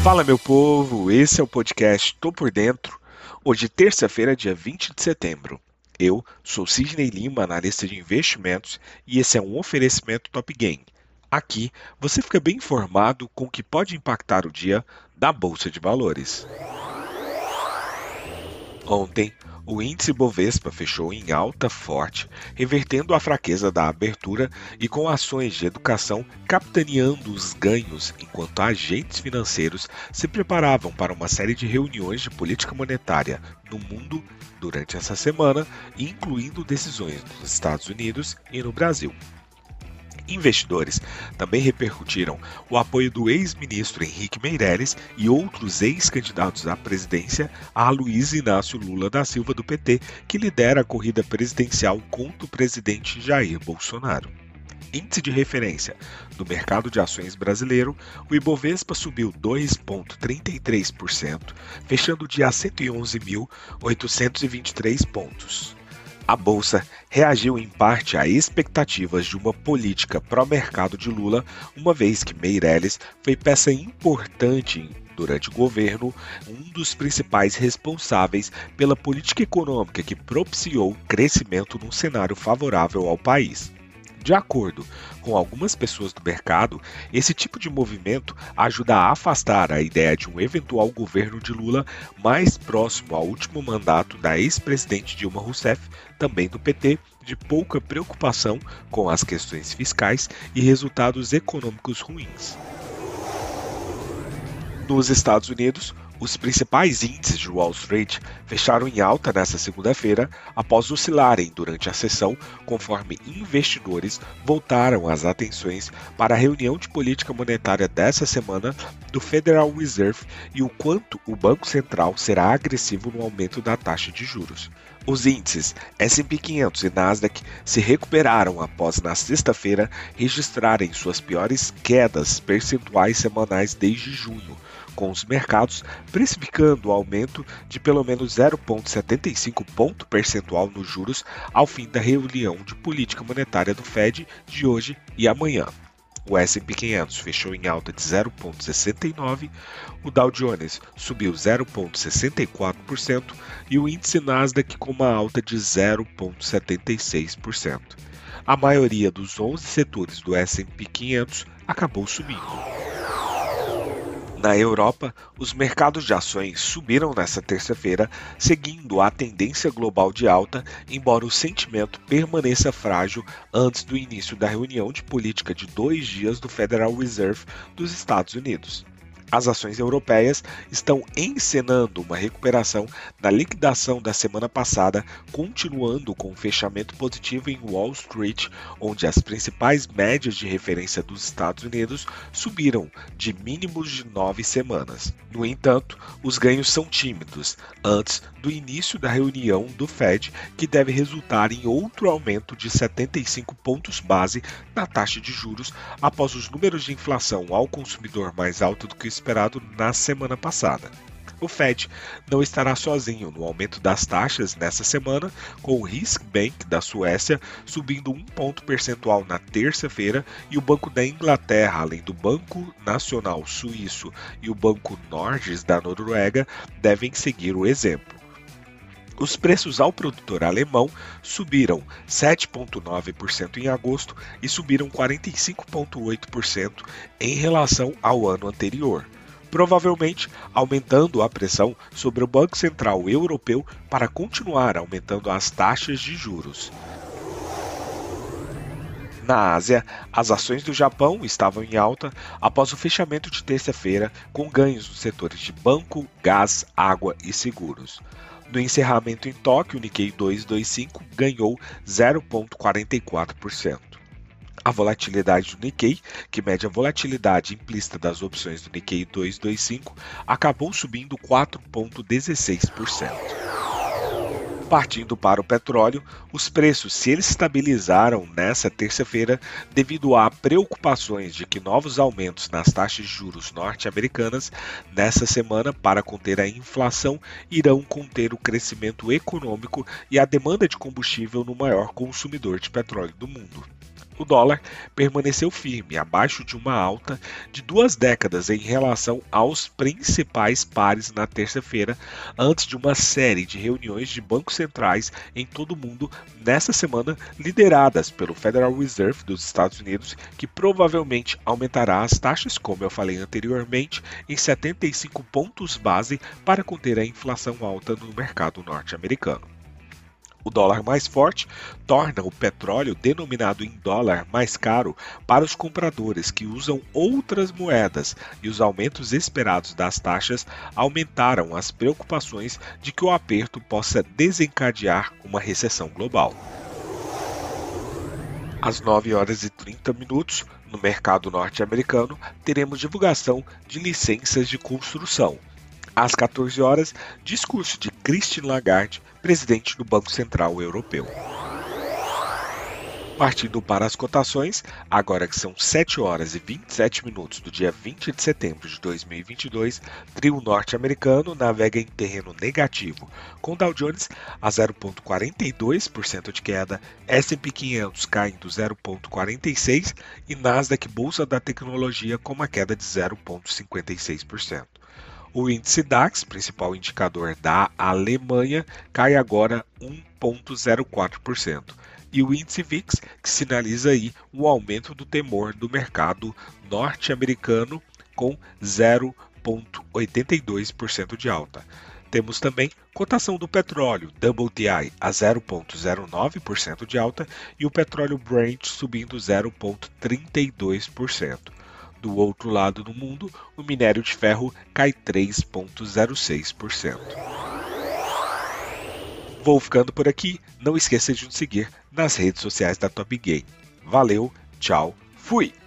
Fala, meu povo, esse é o podcast Tô Por Dentro. Hoje, terça-feira, dia 20 de setembro. Eu sou Sidney Lima, analista de investimentos, e esse é um oferecimento Top Game. Aqui, você fica bem informado com o que pode impactar o dia da Bolsa de Valores. Ontem, o índice Bovespa fechou em alta forte, revertendo a fraqueza da abertura e com ações de educação capitaneando os ganhos, enquanto agentes financeiros se preparavam para uma série de reuniões de política monetária no mundo durante essa semana, incluindo decisões nos Estados Unidos e no Brasil. Investidores também repercutiram o apoio do ex-ministro Henrique Meirelles e outros ex-candidatos à presidência a Luiz Inácio Lula da Silva do PT, que lidera a corrida presidencial contra o presidente Jair Bolsonaro. Índice de referência do mercado de ações brasileiro, o Ibovespa subiu 2,33%, fechando o dia a 111.823 pontos. A Bolsa reagiu em parte a expectativas de uma política pró-mercado de Lula, uma vez que Meirelles foi peça importante durante o governo, um dos principais responsáveis pela política econômica que propiciou crescimento num cenário favorável ao país. De acordo com algumas pessoas do mercado, esse tipo de movimento ajuda a afastar a ideia de um eventual governo de Lula mais próximo ao último mandato da ex-presidente Dilma Rousseff, também do PT, de pouca preocupação com as questões fiscais e resultados econômicos ruins. Nos Estados Unidos, os principais índices de Wall Street fecharam em alta nesta segunda-feira após oscilarem durante a sessão, conforme investidores voltaram as atenções para a reunião de política monetária dessa semana do Federal Reserve e o quanto o Banco Central será agressivo no aumento da taxa de juros. Os índices S&P 500 e Nasdaq se recuperaram após, na sexta-feira, registrarem suas piores quedas percentuais semanais desde junho, com os mercados precificando o aumento de pelo menos 0,75 ponto percentual nos juros ao fim da reunião de política monetária do Fed de hoje e amanhã. O S&P 500 fechou em alta de 0,69%, o Dow Jones subiu 0,64% e o índice Nasdaq com uma alta de 0,76%. A maioria dos 11 setores do S&P 500 acabou subindo. Na Europa, os mercados de ações subiram nesta terça-feira, seguindo a tendência global de alta, embora o sentimento permaneça frágil antes do início da reunião de política de 2 dias do Federal Reserve dos Estados Unidos. As ações europeias estão encenando uma recuperação da liquidação da semana passada, continuando com um fechamento positivo em Wall Street, onde as principais médias de referência dos Estados Unidos subiram de mínimos de 9 semanas. No entanto, os ganhos são tímidos, antes do início da reunião do Fed, que deve resultar em outro aumento de 75 pontos base na taxa de juros após os números de inflação ao consumidor mais alto do que esperado na semana passada. O Fed não estará sozinho no aumento das taxas nessa semana, com o Riksbank da Suécia subindo 1 ponto percentual na terça-feira e o Banco da Inglaterra, além do Banco Nacional Suíço e o Banco Norges da Noruega, devem seguir o exemplo. Os preços ao produtor alemão subiram 7,9% em agosto e subiram 45,8% em relação ao ano anterior, provavelmente aumentando a pressão sobre o Banco Central Europeu para continuar aumentando as taxas de juros. Na Ásia, as ações do Japão estavam em alta após o fechamento de terça-feira, com ganhos nos setores de banco, gás, água e seguros. No encerramento em Tóquio, o Nikkei 225 ganhou 0,44%. A volatilidade do Nikkei, que mede a volatilidade implícita das opções do Nikkei 225, acabou subindo 4,16%. Partindo para o petróleo, os preços se estabilizaram nesta terça-feira devido a preocupações de que novos aumentos nas taxas de juros norte-americanas nesta semana para conter a inflação irão conter o crescimento econômico e a demanda de combustível no maior consumidor de petróleo do mundo. O dólar permaneceu firme, abaixo de uma alta de 2 décadas em relação aos principais pares na terça-feira, antes de uma série de reuniões de bancos centrais em todo o mundo nessa semana, lideradas pelo Federal Reserve dos Estados Unidos, que provavelmente aumentará as taxas, como eu falei anteriormente, em 75 pontos base para conter a inflação alta no mercado norte-americano. O dólar mais forte torna o petróleo denominado em dólar mais caro para os compradores que usam outras moedas, e os aumentos esperados das taxas aumentaram as preocupações de que o aperto possa desencadear uma recessão global. Às 9h30, no mercado norte-americano, teremos divulgação de licenças de construção. Às 14h, discurso de Christine Lagarde, presidente do Banco Central Europeu. Partindo para as cotações, agora que são 7h27 do dia 20 de setembro de 2022, trio norte-americano navega em terreno negativo, com Dow Jones a 0,42% de queda, S&P 500 caindo 0,46% e Nasdaq Bolsa da Tecnologia com uma queda de 0,56%. O índice DAX, principal indicador da Alemanha, cai agora 1,04%. E o índice VIX, que sinaliza aí um aumento do temor do mercado norte-americano com 0,82% de alta. Temos também cotação do petróleo WTI a 0,09% de alta e o petróleo Brent subindo 0,32%. Do outro lado do mundo, o minério de ferro cai 3,06%. Vou ficando por aqui, não esqueça de nos seguir nas redes sociais da Top Game. Valeu, tchau, fui!